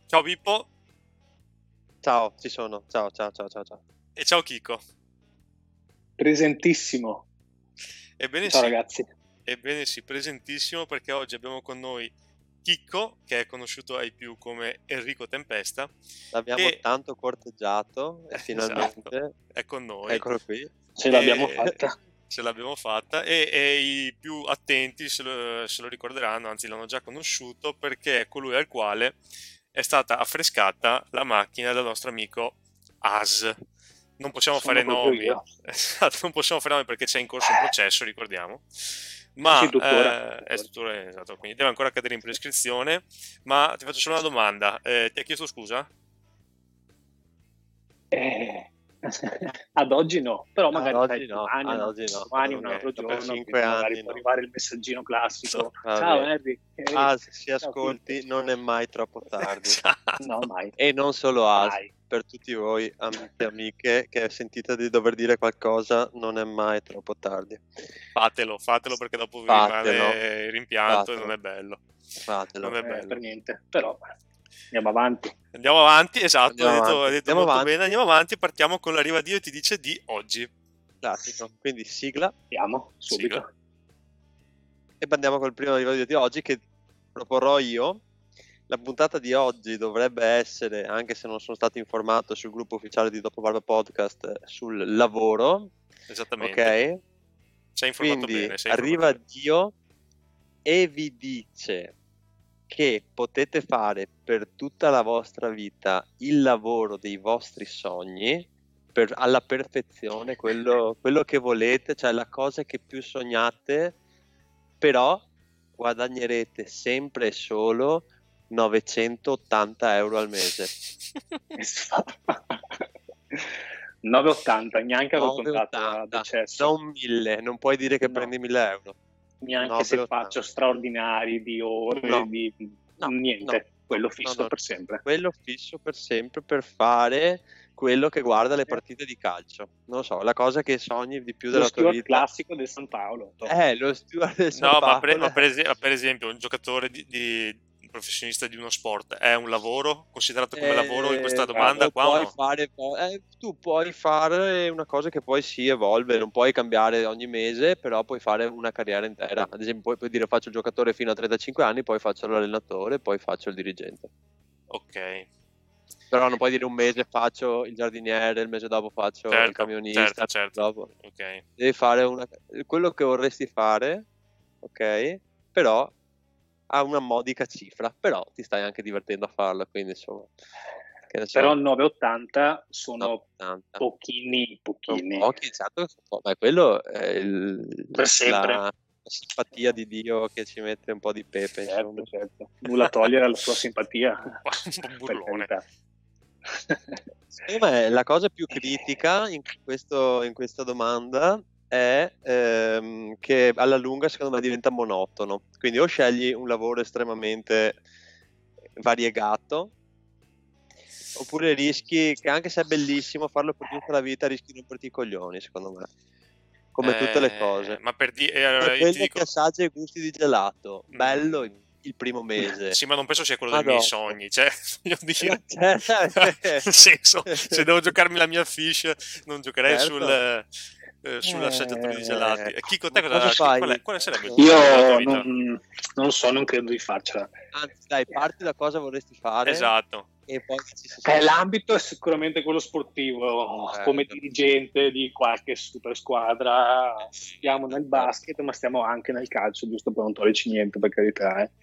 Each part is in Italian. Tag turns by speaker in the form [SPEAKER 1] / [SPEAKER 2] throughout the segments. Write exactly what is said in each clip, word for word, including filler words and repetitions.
[SPEAKER 1] Ciao Pippo
[SPEAKER 2] Ciao, ci sono. Ciao, ciao, ciao, ciao, ciao.
[SPEAKER 1] e ciao Chicco.
[SPEAKER 3] Presentissimo.
[SPEAKER 1] Ebbene
[SPEAKER 3] Ciao
[SPEAKER 1] sì,
[SPEAKER 3] ragazzi.
[SPEAKER 1] ebbene sì, presentissimo perché oggi abbiamo con noi Chicco, che è conosciuto ai più come Enrico Tempesta,
[SPEAKER 2] L'abbiamo
[SPEAKER 1] che
[SPEAKER 2] tanto corteggiato e
[SPEAKER 1] esatto,
[SPEAKER 2] finalmente
[SPEAKER 1] è con noi
[SPEAKER 2] eccolo qui.
[SPEAKER 3] Ce l'abbiamo
[SPEAKER 1] e
[SPEAKER 3] fatta.
[SPEAKER 1] ce l'abbiamo fatta e, e i più attenti se lo, se lo ricorderanno, anzi l'hanno già conosciuto perché è colui al quale è stata affrescata la macchina del nostro amico As. Non possiamo
[SPEAKER 3] Sono
[SPEAKER 1] fare
[SPEAKER 3] proprio
[SPEAKER 1] nomi,
[SPEAKER 3] io.
[SPEAKER 1] esatto, non possiamo fare nomi perché c'è in corso un processo, ricordiamo,
[SPEAKER 3] Sì, sì,
[SPEAKER 1] ma
[SPEAKER 3] tuttora.
[SPEAKER 1] eh, è
[SPEAKER 3] tuttora.
[SPEAKER 1] tuttora- esatto, quindi deve ancora cadere in prescrizione. Ma ti faccio solo una domanda, eh, ti ha chiesto scusa?
[SPEAKER 3] Eh, ad oggi no, però
[SPEAKER 2] Ad
[SPEAKER 3] magari sai,
[SPEAKER 2] oggi no,
[SPEAKER 3] domani,
[SPEAKER 2] ad
[SPEAKER 3] no,
[SPEAKER 2] oggi no.
[SPEAKER 3] domani un
[SPEAKER 1] Ok,
[SPEAKER 3] altro
[SPEAKER 2] Ma per
[SPEAKER 3] giorno,
[SPEAKER 2] cinque
[SPEAKER 3] quindi magari
[SPEAKER 2] anni
[SPEAKER 3] può
[SPEAKER 2] no.
[SPEAKER 3] arrivare il messaggino classico. Ciao
[SPEAKER 2] Vabbè.
[SPEAKER 3] Henry. Ehi,
[SPEAKER 2] Ah, se si
[SPEAKER 3] ciao Pippo.
[SPEAKER 2] ascolti, non è mai troppo tardi.
[SPEAKER 3] No,
[SPEAKER 1] esatto.
[SPEAKER 3] mai,
[SPEAKER 2] E non solo As,
[SPEAKER 3] mai.
[SPEAKER 2] per tutti voi amici e amiche che sentite di dover dire qualcosa, non è mai troppo tardi.
[SPEAKER 1] Fatelo, fatelo perché dopo vi
[SPEAKER 2] Fatelo,
[SPEAKER 1] rimane il rimpianto e non
[SPEAKER 2] fatelo,
[SPEAKER 1] è bello. Non
[SPEAKER 2] fatelo.
[SPEAKER 1] è
[SPEAKER 3] Eh, per
[SPEAKER 1] bello.
[SPEAKER 3] niente, però andiamo avanti.
[SPEAKER 1] Andiamo avanti, esatto, hai
[SPEAKER 2] Andiamo
[SPEAKER 1] detto, hai
[SPEAKER 2] avanti,
[SPEAKER 1] detto
[SPEAKER 2] andiamo
[SPEAKER 1] molto bene.
[SPEAKER 2] avanti.
[SPEAKER 1] Andiamo avanti, partiamo con l'Arriva Dio e ti dice di oggi.
[SPEAKER 2] Classico. Quindi sigla.
[SPEAKER 3] Andiamo subito.
[SPEAKER 1] Sigla.
[SPEAKER 2] E andiamo col primo livello di oggi che proporrò io. La puntata di oggi dovrebbe essere, anche se non sono stato informato sul gruppo ufficiale di Dopo Barba Podcast, sul lavoro.
[SPEAKER 1] Esattamente.
[SPEAKER 2] Ok?
[SPEAKER 1] Sei informato
[SPEAKER 2] Quindi
[SPEAKER 1] bene, sei informato
[SPEAKER 2] arriva
[SPEAKER 1] bene.
[SPEAKER 2] Dio e vi dice che potete fare per tutta la vostra vita il lavoro dei vostri sogni per, alla perfezione, quello, quello che volete, cioè la cosa che più sognate, però guadagnerete sempre e solo novecentottanta euro al mese.
[SPEAKER 3] nove e ottanta, neanche avevo contato ad
[SPEAKER 2] novecentottanta,
[SPEAKER 3] eccesso.
[SPEAKER 2] non mille, non puoi dire che
[SPEAKER 3] No.
[SPEAKER 2] prendi mille euro.
[SPEAKER 3] Neanche se faccio straordinari di ore,
[SPEAKER 2] No,
[SPEAKER 3] di
[SPEAKER 2] no,
[SPEAKER 3] niente,
[SPEAKER 2] no,
[SPEAKER 3] quello
[SPEAKER 2] no,
[SPEAKER 3] fisso
[SPEAKER 2] no,
[SPEAKER 3] per sempre.
[SPEAKER 2] quello fisso per sempre per fare quello che guarda le partite di calcio. Non lo so, la cosa che sogni di più
[SPEAKER 3] Lo
[SPEAKER 2] della tua
[SPEAKER 3] steward
[SPEAKER 2] vita.
[SPEAKER 3] classico del San Paolo. top.
[SPEAKER 2] Eh, lo steward del San
[SPEAKER 1] No, ma, pre- ma
[SPEAKER 2] Paolo.
[SPEAKER 1] per, es- per esempio un giocatore di, di- un professionista di uno sport è un lavoro considerato come lavoro in questa
[SPEAKER 2] Eh,
[SPEAKER 1] domanda
[SPEAKER 2] lo
[SPEAKER 1] qua o
[SPEAKER 2] puoi
[SPEAKER 1] no?
[SPEAKER 2] fare, eh, tu puoi fare una cosa che poi si evolve, non puoi cambiare ogni mese, però puoi fare una carriera intera. Ad esempio, puoi, puoi dire faccio il giocatore fino a trentacinque anni, poi faccio l'allenatore, poi faccio il dirigente.
[SPEAKER 1] Ok,
[SPEAKER 2] Però non puoi dire un mese faccio il giardiniere, il mese dopo faccio il
[SPEAKER 1] certo, certo,
[SPEAKER 2] camionista,
[SPEAKER 1] certo.
[SPEAKER 2] dopo.
[SPEAKER 1] Ok.
[SPEAKER 2] Devi fare una, quello che vorresti fare, ok? Però a una modica cifra, però ti stai anche divertendo a farlo, quindi insomma, che ne so,
[SPEAKER 3] Però nove e ottanta sono
[SPEAKER 2] novecentottanta.
[SPEAKER 3] pochini,
[SPEAKER 2] Sono
[SPEAKER 3] pochini.
[SPEAKER 2] pochi, esatto, sono po- ma quello è il-
[SPEAKER 3] Per sempre.
[SPEAKER 2] la, la simpatia di Dio che ci mette un po' di pepe,
[SPEAKER 3] Certo,
[SPEAKER 2] insomma.
[SPEAKER 3] certo. Nulla togliere alla sua simpatia,
[SPEAKER 1] Un po', un po'
[SPEAKER 3] per
[SPEAKER 1] burlone.
[SPEAKER 3] carità.
[SPEAKER 2] Secondo me la cosa più critica in, questo, in questa domanda è ehm, che alla lunga secondo me diventa monotono. Quindi o scegli un lavoro estremamente variegato, oppure rischi che anche se è bellissimo farlo per tutta la vita, rischi di romperti i coglioni, secondo me. Come tutte le
[SPEAKER 1] Eh,
[SPEAKER 2] cose.
[SPEAKER 1] ma per dire, eh,
[SPEAKER 2] Come
[SPEAKER 1] allora, io ti
[SPEAKER 2] quello che
[SPEAKER 1] dico,
[SPEAKER 2] assaggia i gusti di gelato. Bello
[SPEAKER 1] mm,
[SPEAKER 2] il il primo mese,
[SPEAKER 1] sì, ma non penso sia quello
[SPEAKER 2] ma
[SPEAKER 1] dei miei
[SPEAKER 2] dopo.
[SPEAKER 1] sogni, cioè, voglio
[SPEAKER 2] No,
[SPEAKER 1] dire,
[SPEAKER 2] cioè,
[SPEAKER 1] nel senso, se devo giocarmi la mia fish, non giocherei sul,
[SPEAKER 2] certo.
[SPEAKER 1] eh, sull'assaggiatore di gelati.
[SPEAKER 2] Eh,
[SPEAKER 1] E Chico, te
[SPEAKER 2] ma cosa
[SPEAKER 1] cosa, chi- qual è,
[SPEAKER 2] fai?
[SPEAKER 1] quale sarebbe il tuo lavoro della tua
[SPEAKER 3] Io non,
[SPEAKER 1] vita?
[SPEAKER 3] non lo so, non credo di farcela.
[SPEAKER 2] Anzi, dai, parti da cosa vorresti fare
[SPEAKER 1] Esatto.
[SPEAKER 2] e poi dici se
[SPEAKER 3] Eh,
[SPEAKER 2] sì.
[SPEAKER 3] l'ambito è sicuramente quello sportivo, come
[SPEAKER 2] Certo.
[SPEAKER 3] dirigente di qualche super squadra. Stiamo nel
[SPEAKER 2] Certo.
[SPEAKER 3] basket, ma stiamo anche nel calcio, giusto per non toglierci niente, per carità. Eh.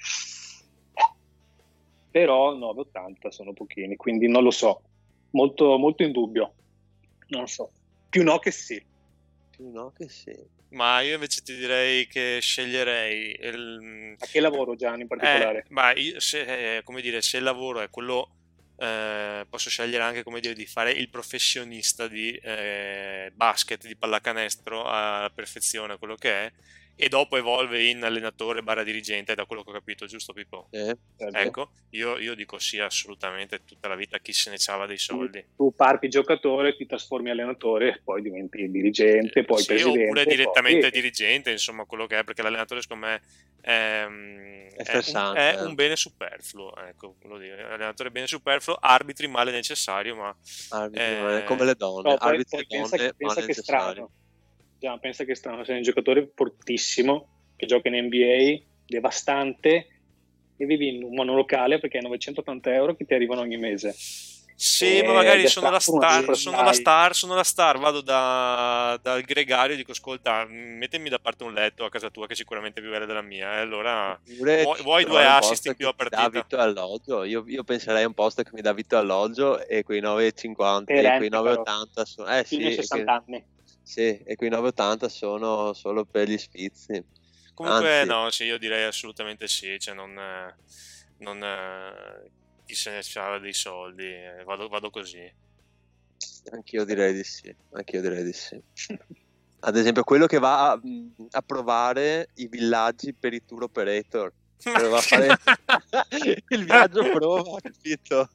[SPEAKER 3] Però nove e ottanta sono pochini, quindi non lo so. Molto, molto in dubbio. Non so. Più no che sì.
[SPEAKER 2] Più no che sì.
[SPEAKER 1] Ma io invece ti direi che sceglierei il...
[SPEAKER 3] A che lavoro, Gianni, in
[SPEAKER 1] Eh,
[SPEAKER 3] particolare?
[SPEAKER 1] ma io, se, eh, come dire, se il lavoro è quello, eh, posso scegliere anche, come dire, di fare il professionista di eh, basket, di pallacanestro alla perfezione, quello che è, e dopo evolve in allenatore barra dirigente, da quello che ho capito, giusto Pippo?
[SPEAKER 2] Eh,
[SPEAKER 1] Ecco, io, io dico sì, assolutamente, tutta la vita chi se ne ciava dei soldi.
[SPEAKER 3] Tu parti giocatore, ti trasformi allenatore, poi diventi dirigente, poi
[SPEAKER 1] Sì, oppure
[SPEAKER 3] presidente,
[SPEAKER 1] direttamente
[SPEAKER 3] poi...
[SPEAKER 1] dirigente, insomma, quello che è, perché l'allenatore secondo me è,
[SPEAKER 2] è
[SPEAKER 1] è un,
[SPEAKER 2] stressante.
[SPEAKER 1] è un bene superfluo, ecco, quello dire. L'allenatore è bene superfluo, arbitri male necessario, ma
[SPEAKER 2] Arbitri, ma è come
[SPEAKER 1] eh,
[SPEAKER 2] le donne,
[SPEAKER 3] No, poi,
[SPEAKER 2] arbitri
[SPEAKER 3] poi
[SPEAKER 2] e
[SPEAKER 3] pensa,
[SPEAKER 2] donne
[SPEAKER 3] pensa
[SPEAKER 2] male
[SPEAKER 3] che è
[SPEAKER 2] necessari.
[SPEAKER 3] strano. Già, pensa che è strano, sei un giocatore fortissimo che gioca in N B A, devastante, e vivi in un monolocale perché hai novecentottanta euro che ti arrivano ogni mese.
[SPEAKER 1] sì, ma
[SPEAKER 3] Ed
[SPEAKER 1] magari
[SPEAKER 3] è
[SPEAKER 1] sono la
[SPEAKER 3] strano, una
[SPEAKER 1] star, sono la
[SPEAKER 3] superstar.
[SPEAKER 1] star, sono la star, vado da, dal gregario e dico, ascolta, mettimi da parte un letto a casa tua che è sicuramente più bella della mia, e allora
[SPEAKER 2] Oppure
[SPEAKER 1] vuoi,
[SPEAKER 2] ti
[SPEAKER 1] vuoi due
[SPEAKER 2] trovare un
[SPEAKER 1] assist
[SPEAKER 2] posto
[SPEAKER 1] in più
[SPEAKER 2] che
[SPEAKER 1] a
[SPEAKER 2] ti dà
[SPEAKER 1] partita?
[SPEAKER 2] vitto e alloggio. Io, io penserei a un posto che mi dà vitto e alloggio e quei nove e cinquanta e quei
[SPEAKER 3] Perenti però,
[SPEAKER 2] nove e ottanta sono... Eh
[SPEAKER 3] fine
[SPEAKER 2] sì, e quei,
[SPEAKER 3] sessanta anni.
[SPEAKER 2] sì, e quei nove e ottanta sono solo per gli sfizi.
[SPEAKER 1] Comunque,
[SPEAKER 2] Anzi,
[SPEAKER 1] no, sì, io direi assolutamente sì, cioè non, eh, non eh, chi se ne sa dei soldi, eh, vado, vado così.
[SPEAKER 2] anch'io direi di sì. Anch'io direi di sì. Ad esempio, quello che va a, a provare i villaggi per i tour operator. Quello va a fare il viaggio prova, capito?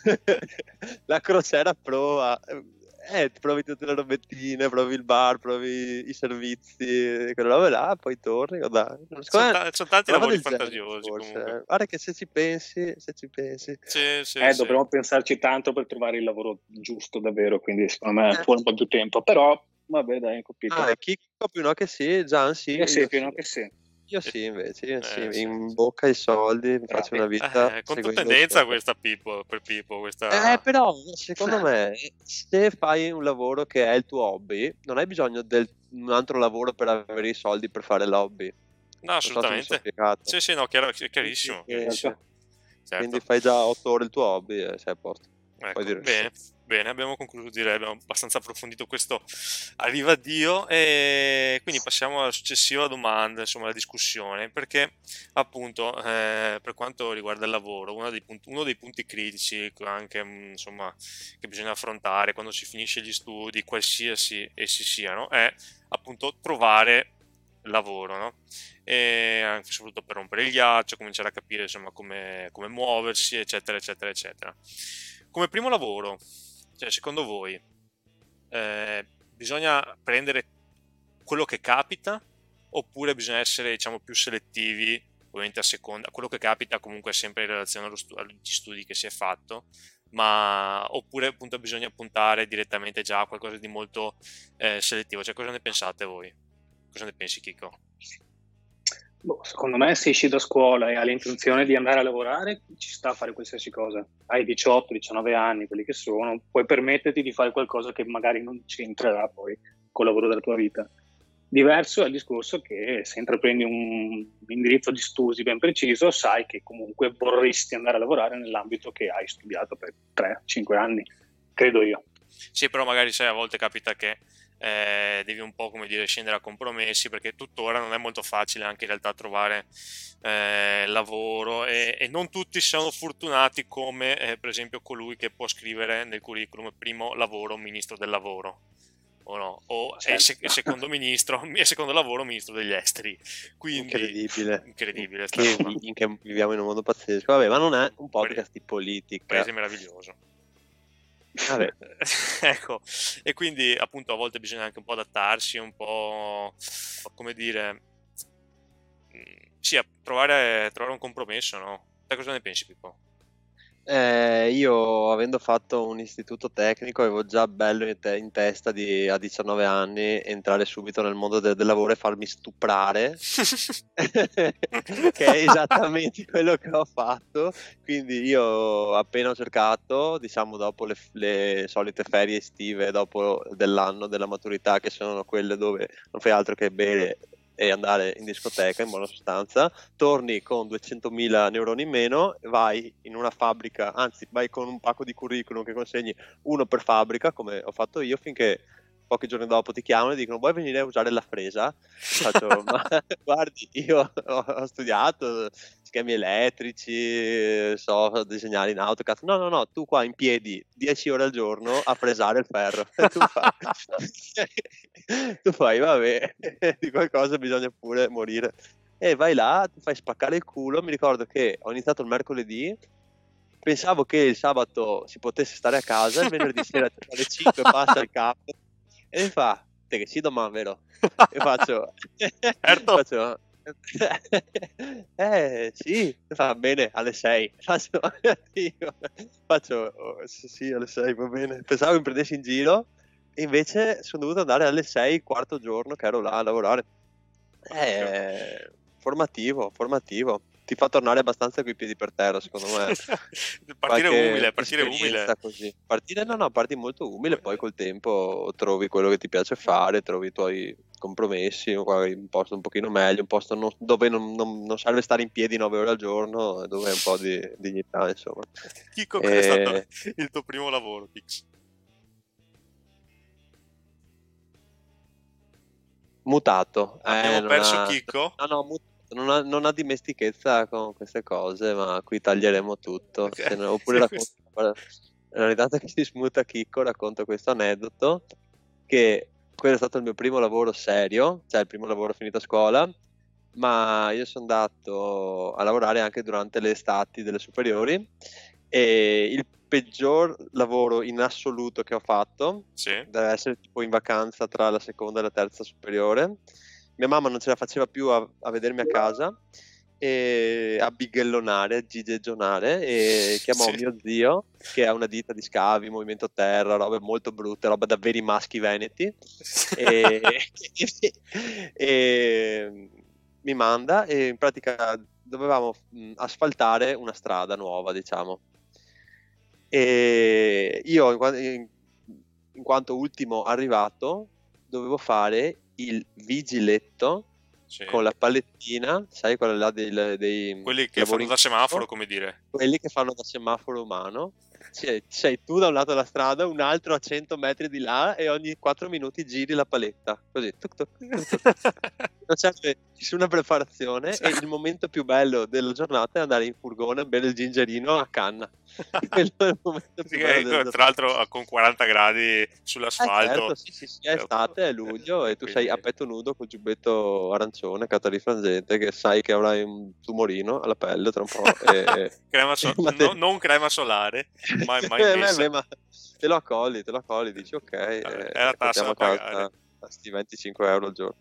[SPEAKER 2] La crociera prova. Eh, provi tutte le robettine, provi il bar, provi i servizi, quelle robe là, poi torni. Oh, dai.
[SPEAKER 1] Sono,
[SPEAKER 2] Secondo me,
[SPEAKER 1] ta- son tanti
[SPEAKER 2] una roba
[SPEAKER 1] lavori
[SPEAKER 2] del genere,
[SPEAKER 1] fantasiosi
[SPEAKER 2] forse.
[SPEAKER 1] comunque.
[SPEAKER 2] eh. Guarda che se ci pensi, se ci pensi.
[SPEAKER 1] Sì, sì,
[SPEAKER 3] Eh,
[SPEAKER 1] sì.
[SPEAKER 3] dovremmo pensarci tanto per trovare il lavoro giusto davvero, quindi secondo me
[SPEAKER 2] Eh,
[SPEAKER 3] ci vuole un po' più tempo, però vabbè dai, ho capito.
[SPEAKER 2] ah, e Chicco più no che sì, Gian sì,
[SPEAKER 3] Io sì,
[SPEAKER 2] io
[SPEAKER 3] più
[SPEAKER 2] sì.
[SPEAKER 3] no che sì.
[SPEAKER 2] Io
[SPEAKER 1] E-
[SPEAKER 2] sì, invece, io sì,
[SPEAKER 1] eh, sì,
[SPEAKER 2] in
[SPEAKER 1] sì.
[SPEAKER 2] bocca ai soldi, mi faccio
[SPEAKER 3] Bravi.
[SPEAKER 2] una vita
[SPEAKER 1] Eh,
[SPEAKER 2] seguendo il
[SPEAKER 1] controtendenza
[SPEAKER 2] sogno.
[SPEAKER 1] questa Pippo, per Pippo,
[SPEAKER 2] Eh,
[SPEAKER 1] questa...
[SPEAKER 2] però, secondo me, se fai un lavoro che è il tuo hobby, non hai bisogno di un altro lavoro per avere i soldi per fare l'hobby.
[SPEAKER 1] No,
[SPEAKER 2] Non so se mi sono
[SPEAKER 1] assolutamente.
[SPEAKER 2] spiegato.
[SPEAKER 1] Sì, sì, no, chiaro-
[SPEAKER 2] Quindi,
[SPEAKER 1] chiarissimo, chiarissimo.
[SPEAKER 3] Certo.
[SPEAKER 2] quindi
[SPEAKER 1] Certo.
[SPEAKER 2] fai già otto ore il tuo hobby e sei a posto. Puoi
[SPEAKER 1] Ecco,
[SPEAKER 2] dire.
[SPEAKER 1] bene, bene, abbiamo concluso, direi, abbiamo abbastanza approfondito questo a viva Dio e quindi passiamo alla successiva domanda, insomma, alla discussione, perché appunto eh, per quanto riguarda il lavoro, uno dei punti, uno dei punti critici anche, mm, insomma, che bisogna affrontare quando si finisce gli studi, qualsiasi essi siano, è appunto trovare lavoro, no? E anche soprattutto per rompere il ghiaccio, cominciare a capire insomma come, come muoversi, eccetera, eccetera, eccetera. Come primo lavoro, cioè, secondo voi, eh, bisogna prendere quello che capita oppure bisogna essere, diciamo, più selettivi, ovviamente a seconda, quello che capita comunque è sempre in relazione allo stu- agli studi che si è fatto, ma oppure appunto bisogna puntare direttamente già a qualcosa di molto eh, selettivo, cioè cosa ne pensate voi? Cosa ne pensi, Chico?
[SPEAKER 3] Boh, secondo me se esci da scuola e hai l'intenzione di andare a lavorare, ci sta a fare qualsiasi cosa. Hai diciotto diciannove anni, quelli che sono, puoi permetterti di fare qualcosa che magari non c'entrerà poi col lavoro della tua vita. Diverso è il discorso che se intraprendi un indirizzo di studi ben preciso, sai che comunque vorresti andare a lavorare nell'ambito che hai studiato per tre cinque anni, credo io.
[SPEAKER 1] Sì, però magari sai, a volte capita che eh, devi un po' come dire scendere a compromessi perché tuttora non è molto facile anche in realtà trovare eh, lavoro e, e non tutti sono fortunati come eh, per esempio colui che può scrivere nel curriculum primo lavoro ministro del lavoro o no, o è
[SPEAKER 3] Certo.
[SPEAKER 1] sec- secondo ministro e secondo lavoro ministro degli esteri, quindi
[SPEAKER 2] Incredibile.
[SPEAKER 1] incredibile sta
[SPEAKER 2] Che,
[SPEAKER 1] roba.
[SPEAKER 2] in che viviamo in un mondo pazzesco. Vabbè, ma non è un
[SPEAKER 1] Pare-
[SPEAKER 2] podcast di politica.
[SPEAKER 1] Paese meraviglioso.
[SPEAKER 2] Vabbè,
[SPEAKER 1] Ecco, e quindi appunto a volte bisogna anche un po' adattarsi, un po' come dire, mm, sì, a provare a trovare un compromesso, no? Te cosa ne pensi, Pippo?
[SPEAKER 2] Eh, io avendo fatto un istituto tecnico avevo già bello in, te- in testa di a diciannove anni entrare subito nel mondo de- del lavoro e farmi stuprare, che è esattamente quello che ho fatto. Quindi io appena ho cercato, diciamo dopo le, le solite ferie estive, dopo dell'anno della maturità, che sono quelle dove non fai altro che bere e andare in discoteca, in buona sostanza, torni con duecentomila neuroni in meno, vai in una fabbrica, anzi vai con un pacco di curriculum che consegni uno per fabbrica, come ho fatto io, finché pochi giorni dopo ti chiamano e dicono vuoi venire a usare la fresa? Faccio, ma guardi, io ho, ho studiato, schemi elettrici, so disegnare in AutoCAD. No, no, no, tu qua in piedi dieci ore al giorno a fresare il ferro. tu, fai, tu fai, vabbè, di qualcosa bisogna pure morire. E vai là, ti fai spaccare il culo. Mi ricordo che ho iniziato il mercoledì, pensavo che il sabato si potesse stare a casa, il venerdì sera alle cinque passa il capo e mi fa, te che sì domani, vero? E faccio,
[SPEAKER 1] Certo.
[SPEAKER 2] faccio eh sì, fa bene alle sei. Faccio, io, faccio oh, sì, sì, alle sei va bene. Pensavo che mi prendessi in giro e invece sono dovuto andare alle sei, quarto giorno che ero là a lavorare. Eh, formativo, formativo. Ti fa tornare abbastanza coi piedi per terra, secondo me.
[SPEAKER 1] Partire
[SPEAKER 2] Qualche
[SPEAKER 1] umile, partire umile.
[SPEAKER 2] esperienza così. Partire, no, no, parti molto umile, poi col tempo trovi quello che ti piace fare, trovi i tuoi compromessi, un posto un pochino meglio, un posto non- dove non, non- non serve stare in piedi nove ore al giorno, dove hai un po' di dignità, insomma.
[SPEAKER 1] Chicco, qual è stato
[SPEAKER 2] E-
[SPEAKER 1] il tuo primo lavoro, Pix?
[SPEAKER 2] Mutato.
[SPEAKER 1] Abbiamo
[SPEAKER 2] Eh, non
[SPEAKER 1] perso
[SPEAKER 2] ha,
[SPEAKER 1] Chicco?
[SPEAKER 2] no, no, mut- non ha, non ha dimestichezza con queste cose, ma qui taglieremo tutto.
[SPEAKER 1] Ok.
[SPEAKER 2] Se no- oppure racconto, guarda, in realtà che si smuta Chicco, racconto questo aneddoto, che quello è stato il mio primo lavoro serio, cioè il primo lavoro finito a scuola, ma io sono andato a lavorare anche durante le estati delle superiori e il peggior lavoro in assoluto che ho fatto
[SPEAKER 1] Sì.
[SPEAKER 2] deve essere tipo in vacanza tra la seconda e la terza superiore. Mia mamma non ce la faceva più a, a vedermi a casa e a bighellonare, a gigegionare, e chiamò
[SPEAKER 1] Sì.
[SPEAKER 2] mio zio che ha una ditta di scavi, movimento terra, robe molto brutte, roba da veri maschi veneti e, e mi manda e in pratica dovevamo mh, asfaltare una strada nuova, diciamo. E io in, qua- in- in quanto ultimo arrivato dovevo fare il vigiletto
[SPEAKER 1] Sì.
[SPEAKER 2] con la palettina, sai quella là dei, dei
[SPEAKER 1] Quelli che
[SPEAKER 2] lavori
[SPEAKER 1] fanno da
[SPEAKER 2] in
[SPEAKER 1] semaforo,
[SPEAKER 2] campo?
[SPEAKER 1] come dire.
[SPEAKER 2] Quelli che fanno da semaforo umano. Cioè, sei tu da un lato della strada, un altro a cento metri di là e ogni quattro minuti giri la paletta. Così, tuc, tuc, tuc, tuc. Non c'è nessuna preparazione e il momento più bello della giornata è andare in furgone a bere il gingerino a canna. Quello è il momento
[SPEAKER 1] Sì,
[SPEAKER 2] più bello
[SPEAKER 1] che,
[SPEAKER 2] della
[SPEAKER 1] tra
[SPEAKER 2] giornata.
[SPEAKER 1] l'altro con quaranta gradi
[SPEAKER 2] Eh
[SPEAKER 1] sull'asfalto.
[SPEAKER 2] certo, sì, sì, sì, è estate, è luglio e tu sei a
[SPEAKER 1] Quindi-
[SPEAKER 2] petto nudo col giubbetto arancione, catarifrangente, che sai che avrai un tumorino alla pelle tra un po'. E...
[SPEAKER 1] crema so-
[SPEAKER 2] ma te-
[SPEAKER 1] no- non crema solare, mai, mai
[SPEAKER 2] Eh, beh,
[SPEAKER 1] messa.
[SPEAKER 2] beh, ma te lo accogli, te lo accogli, dici ok,
[SPEAKER 1] È
[SPEAKER 2] eh,
[SPEAKER 1] la tassa
[SPEAKER 2] portiamo
[SPEAKER 1] da
[SPEAKER 2] a casa
[SPEAKER 1] pagare.
[SPEAKER 2] questi venticinque euro al giorno.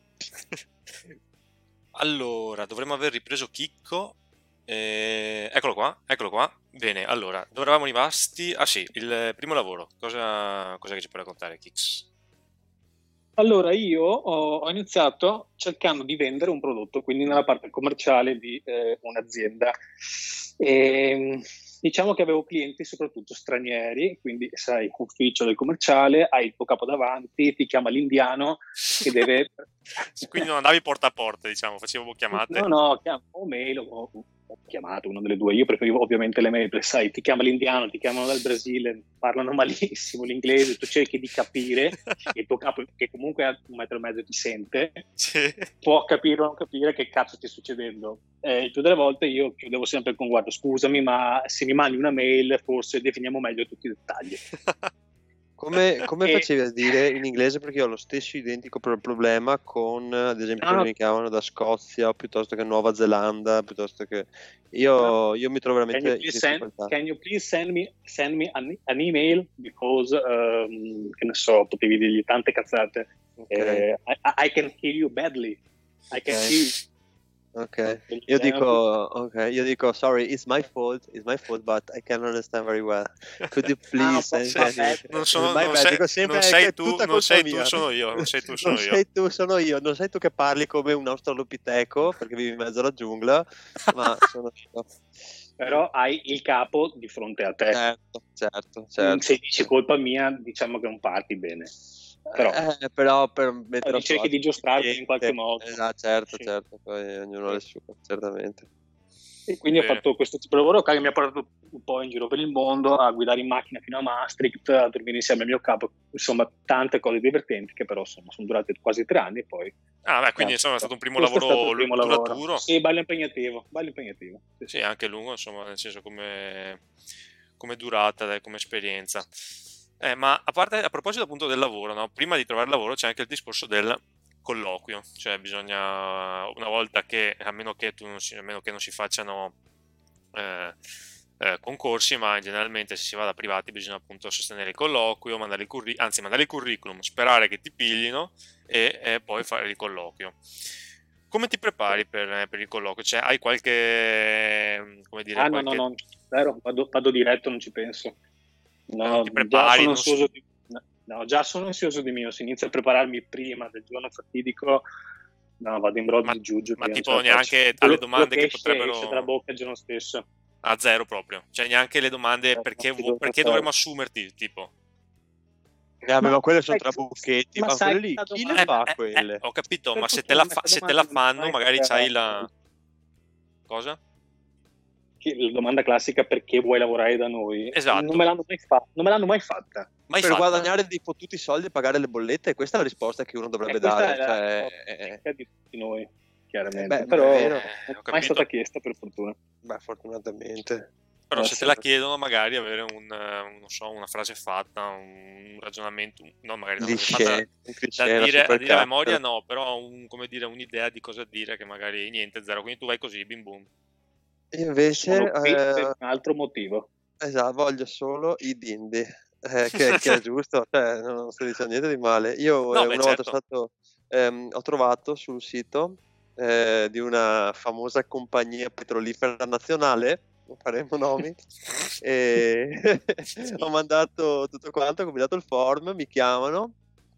[SPEAKER 1] Allora, dovremmo aver ripreso Chicco. Eh, eccolo qua, eccolo qua. Bene, allora, dove eravamo rimasti? Ah sì, il primo lavoro. Cosa, cosa che ci puoi raccontare, Kix?
[SPEAKER 3] Allora, io ho, ho iniziato cercando di vendere un prodotto, quindi nella parte commerciale di eh, un'azienda. E, diciamo che avevo clienti soprattutto stranieri, quindi sai, ufficio del commerciale, hai il tuo capo davanti, ti chiama l'indiano che deve...
[SPEAKER 1] Quindi non andavi porta a porta, diciamo, facevo chiamate.
[SPEAKER 3] No, no, chiamo o mail o, ho chiamato una delle due. Io preferivo ovviamente le mail, perché sai, ti chiama l'indiano, ti chiamano dal Brasile, parlano malissimo l'inglese, tu cerchi di capire, e il tuo capo, che comunque a un metro e mezzo ti sente,
[SPEAKER 1] Sì.
[SPEAKER 3] può capire o non capire che cazzo ti sta succedendo. Eh, il più delle volte io chiudevo sempre con guarda, scusami, ma se mi mandi una mail forse definiamo meglio tutti i dettagli.
[SPEAKER 2] Come, come
[SPEAKER 3] E-
[SPEAKER 2] facevi a dire in inglese? Perché io ho lo stesso identico pro- problema con, ad esempio,
[SPEAKER 3] No,
[SPEAKER 2] quelli
[SPEAKER 3] no.
[SPEAKER 2] che mi chiamano da Scozia piuttosto che Nuova Zelanda, piuttosto che... Io, io mi trovo
[SPEAKER 3] Can
[SPEAKER 2] veramente
[SPEAKER 3] you
[SPEAKER 2] in
[SPEAKER 3] please send,
[SPEAKER 2] difficoltà.
[SPEAKER 3] can you please send me, send me an, an email because, um, che ne so, potevi dirgli tante cazzate.
[SPEAKER 2] Ok,
[SPEAKER 3] Eh, I, I can hear you badly. I can
[SPEAKER 2] Ok.
[SPEAKER 3] hear you.
[SPEAKER 2] ok. Io dico, ok, io dico, sorry, it's my fault, it's my fault, but I can understand very well. Could you please
[SPEAKER 3] Ah,
[SPEAKER 2] send
[SPEAKER 3] vabbè,
[SPEAKER 2] me...
[SPEAKER 1] Non, sono,
[SPEAKER 2] My
[SPEAKER 1] non
[SPEAKER 2] bad,
[SPEAKER 1] sei,
[SPEAKER 2] dico sempre
[SPEAKER 1] non
[SPEAKER 2] che
[SPEAKER 1] sei
[SPEAKER 2] è
[SPEAKER 1] tu,
[SPEAKER 2] tutta
[SPEAKER 1] non
[SPEAKER 2] colpa
[SPEAKER 1] sei tu,
[SPEAKER 2] mia.
[SPEAKER 1] sono io. Non sei tu, sono
[SPEAKER 2] Non
[SPEAKER 1] io.
[SPEAKER 2] sei tu, sono io. Non sei tu che parli come un australopiteco perché vivi in mezzo alla giungla, ma sono io.
[SPEAKER 3] Però hai il capo di fronte a te.
[SPEAKER 2] Certo, certo, certo.
[SPEAKER 3] Se dici colpa mia, diciamo che non parti bene. Però
[SPEAKER 2] Eh, però per mettere a suo
[SPEAKER 3] cerchi di
[SPEAKER 2] agio il
[SPEAKER 3] giostrarti in qualche
[SPEAKER 2] cliente.
[SPEAKER 3] modo.
[SPEAKER 2] Esatto, certo,
[SPEAKER 3] Sì.
[SPEAKER 2] certo, poi ognuno ha le sue, certamente.
[SPEAKER 3] E quindi
[SPEAKER 1] Bene.
[SPEAKER 3] ho fatto questo tipo di lavoro che mi ha portato un po' in giro per il mondo, a guidare in macchina fino a Maastricht, a dormire insieme al mio capo, insomma tante cose divertenti che però insomma, sono durate quasi tre anni e poi...
[SPEAKER 1] Ah, beh, quindi insomma è stato un primo
[SPEAKER 3] Questo
[SPEAKER 1] lavoro
[SPEAKER 3] è stato il primo
[SPEAKER 1] duraturo.
[SPEAKER 3] lavoro. Sì, bello impegnativo, bello impegnativo. Sì,
[SPEAKER 1] Sì, anche lungo, insomma, nel senso come, come durata, dai, come esperienza. Eh, ma a parte, a proposito appunto del lavoro, no? Prima di trovare lavoro c'è anche il discorso del colloquio, cioè bisogna, una volta che, a meno che, tu non si, a meno che non si facciano eh, eh, concorsi, ma generalmente se si va da privati bisogna appunto sostenere il colloquio, mandare il curri- anzi mandare il curriculum, sperare che ti piglino e, e poi fare il colloquio. Come ti prepari per, per il colloquio? Cioè, hai qualche, come dire,
[SPEAKER 3] Ah,
[SPEAKER 1] qualche...
[SPEAKER 3] no, no, no, vero, vado, vado diretto, non ci penso.
[SPEAKER 1] Cioè, non
[SPEAKER 3] No,
[SPEAKER 1] ti
[SPEAKER 3] già
[SPEAKER 1] prepari,
[SPEAKER 3] sono
[SPEAKER 1] non s-
[SPEAKER 3] ansioso di, no, già sono ansioso di mio, se inizio a prepararmi prima del giorno fatidico, no, vado in brodo
[SPEAKER 1] ma,
[SPEAKER 3] di giugno
[SPEAKER 1] ma
[SPEAKER 3] che non ce
[SPEAKER 1] tipo
[SPEAKER 3] la faccio.
[SPEAKER 1] neanche alle
[SPEAKER 3] Quello, quello
[SPEAKER 1] domande
[SPEAKER 3] che
[SPEAKER 1] che
[SPEAKER 3] esce, esce dalla
[SPEAKER 1] potrebbero...
[SPEAKER 3] bocca il giorno stesso.
[SPEAKER 1] A zero proprio, cioè neanche le domande
[SPEAKER 3] Eh,
[SPEAKER 1] perché,
[SPEAKER 3] non ti
[SPEAKER 1] vo-
[SPEAKER 3] do-
[SPEAKER 1] perché
[SPEAKER 3] zero.
[SPEAKER 1] dovremmo assumerti, tipo.
[SPEAKER 2] Eh,
[SPEAKER 3] Ma
[SPEAKER 2] ma quelle sono
[SPEAKER 3] sai,
[SPEAKER 2] trabucchetti,
[SPEAKER 3] ma
[SPEAKER 2] ma
[SPEAKER 3] sai
[SPEAKER 2] quelle
[SPEAKER 3] che
[SPEAKER 2] lì,
[SPEAKER 3] la
[SPEAKER 2] chi le
[SPEAKER 1] Eh,
[SPEAKER 3] domanda,
[SPEAKER 2] fa
[SPEAKER 1] eh, eh,
[SPEAKER 2] quelle?
[SPEAKER 1] ho capito,
[SPEAKER 3] per
[SPEAKER 1] ma se te la,
[SPEAKER 3] fortuna
[SPEAKER 1] fa-
[SPEAKER 3] questa
[SPEAKER 1] se te
[SPEAKER 3] domanda
[SPEAKER 1] la
[SPEAKER 3] non mi
[SPEAKER 1] fanno,
[SPEAKER 3] mai
[SPEAKER 1] magari c'hai la...
[SPEAKER 3] eh,
[SPEAKER 1] Cosa?
[SPEAKER 3] che- la domanda classica perché vuoi lavorare da noi, non me
[SPEAKER 1] Esatto,
[SPEAKER 3] l'hanno mai fatta, non me l'hanno mai fatta.
[SPEAKER 1] mai
[SPEAKER 2] Per
[SPEAKER 1] fatta.
[SPEAKER 2] guadagnare dei fottuti soldi e pagare le bollette, e questa è la risposta che uno dovrebbe
[SPEAKER 3] E questa è
[SPEAKER 2] dare.
[SPEAKER 3] la
[SPEAKER 2] Cioè,
[SPEAKER 3] risposta
[SPEAKER 2] eh,
[SPEAKER 3] tipica di tutti noi,
[SPEAKER 2] eh,
[SPEAKER 3] chiaramente,
[SPEAKER 2] beh, non è
[SPEAKER 3] però
[SPEAKER 2] vero.
[SPEAKER 3] non
[SPEAKER 1] Eh,
[SPEAKER 3] è
[SPEAKER 1] ho
[SPEAKER 3] mai stata
[SPEAKER 1] capito.
[SPEAKER 3] chiesta per fortuna.
[SPEAKER 2] Beh, fortunatamente.
[SPEAKER 1] Però
[SPEAKER 3] Eh
[SPEAKER 1] se te
[SPEAKER 3] sì.
[SPEAKER 1] la chiedono, magari avere un, eh, non so, una frase fatta, un ragionamento, un- no, magari una frase fatta
[SPEAKER 2] Cliché, un
[SPEAKER 1] da
[SPEAKER 2] cliché, una
[SPEAKER 1] dire, a
[SPEAKER 2] super
[SPEAKER 1] dire a memoria,
[SPEAKER 2] chiacchiera.
[SPEAKER 1] no, però un- come dire, un'idea di cosa dire che magari niente, zero. Quindi tu vai così, bim bum.
[SPEAKER 2] Io invece,
[SPEAKER 3] Sono qui per
[SPEAKER 2] eh,
[SPEAKER 3] un altro motivo.
[SPEAKER 2] esatto, voglio solo i bindi, eh, che, che è giusto, cioè, non sto dicendo niente di male. Io
[SPEAKER 1] No,
[SPEAKER 2] eh,
[SPEAKER 1] beh,
[SPEAKER 2] una volta
[SPEAKER 1] certo.
[SPEAKER 2] stato, ehm, ho trovato sul sito eh, di una famosa compagnia petrolifera nazionale, non faremo nomi, e ho mandato tutto quanto, ho combinato il form, mi chiamano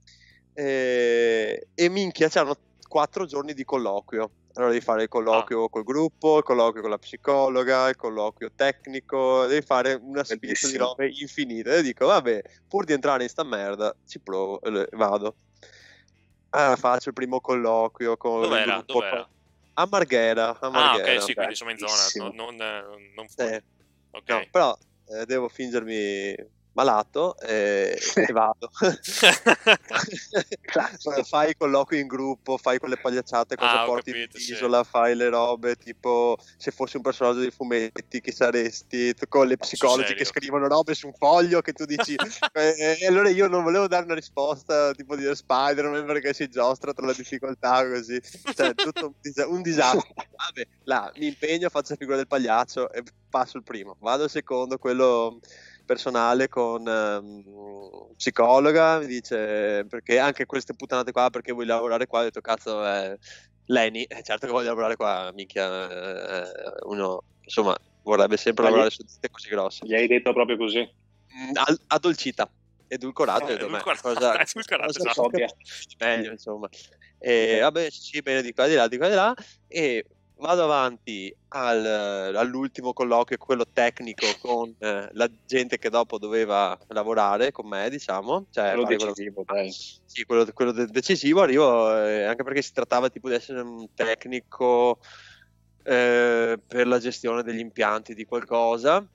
[SPEAKER 2] e, e minchia, c'erano quattro giorni di colloquio. Allora devi fare il
[SPEAKER 1] Ah,
[SPEAKER 2] colloquio col gruppo, il colloquio con la psicologa, il colloquio tecnico, devi fare una sfilza di
[SPEAKER 3] Bellissimo.
[SPEAKER 2] robe infinite. E dico, vabbè, pur di entrare in sta merda, ci provo, e le- vado. Ah, faccio il primo colloquio con il
[SPEAKER 1] dov'era?
[SPEAKER 2] gruppo
[SPEAKER 1] Dov'era?
[SPEAKER 2] a Marghera, a
[SPEAKER 1] Ah, ok,
[SPEAKER 2] Marghera.
[SPEAKER 1] sì, quindi insomma in zona, no-
[SPEAKER 3] Bellissimo.
[SPEAKER 1] non, eh, non fuori.
[SPEAKER 2] Eh,
[SPEAKER 1] Ok.
[SPEAKER 2] no, però eh, devo fingermi malato e, e vado.
[SPEAKER 3] Classico.
[SPEAKER 2] Fai i colloqui in gruppo, fai quelle pagliacciate, cosa
[SPEAKER 1] Ah, ho
[SPEAKER 2] porti
[SPEAKER 1] capito, sì.
[SPEAKER 2] l'isola, fai le robe tipo se fossi un personaggio dei fumetti, chi saresti? Tu con le
[SPEAKER 1] Sul
[SPEAKER 2] psicologi che
[SPEAKER 1] serio.
[SPEAKER 2] scrivono robe su un foglio che tu dici eh, e allora io non volevo dare una risposta tipo di Spider-Man perché si giostra tra le difficoltà così, cioè tutto un, dis- un disastro. Vabbè, là mi impegno, faccio la figura del pagliaccio e passo il primo, vado il secondo, quello personale con um, psicologa, mi dice perché anche queste puttanate qua, perché vuoi lavorare qua, ho detto cazzo eh, Leni, eh, certo che voglio lavorare qua, minchia, eh, uno insomma vorrebbe sempre
[SPEAKER 3] Ma gli,
[SPEAKER 2] lavorare su ditte così grosse.
[SPEAKER 3] gli hai detto proprio così?
[SPEAKER 2] Mm, al- addolcita, edulcorato, ho
[SPEAKER 1] Eh,
[SPEAKER 2] detto, beh,
[SPEAKER 1] edulcorato,
[SPEAKER 2] cosa,
[SPEAKER 1] edulcorato,
[SPEAKER 2] cosa
[SPEAKER 1] esatto.
[SPEAKER 3] Sobria.
[SPEAKER 2] meglio insomma. E
[SPEAKER 3] Ok.
[SPEAKER 2] vabbè, sì, bene di qua di là, di qua di là, e vado avanti al, all'ultimo colloquio, quello tecnico con eh, la gente che dopo doveva lavorare con me, diciamo, cioè
[SPEAKER 3] Quello
[SPEAKER 2] fare quello,
[SPEAKER 3] decisivo, dai.
[SPEAKER 2] sì, quello, quello de- decisivo. Arrivo eh, anche perché si trattava tipo di essere un tecnico eh, per la gestione degli impianti di qualcosa.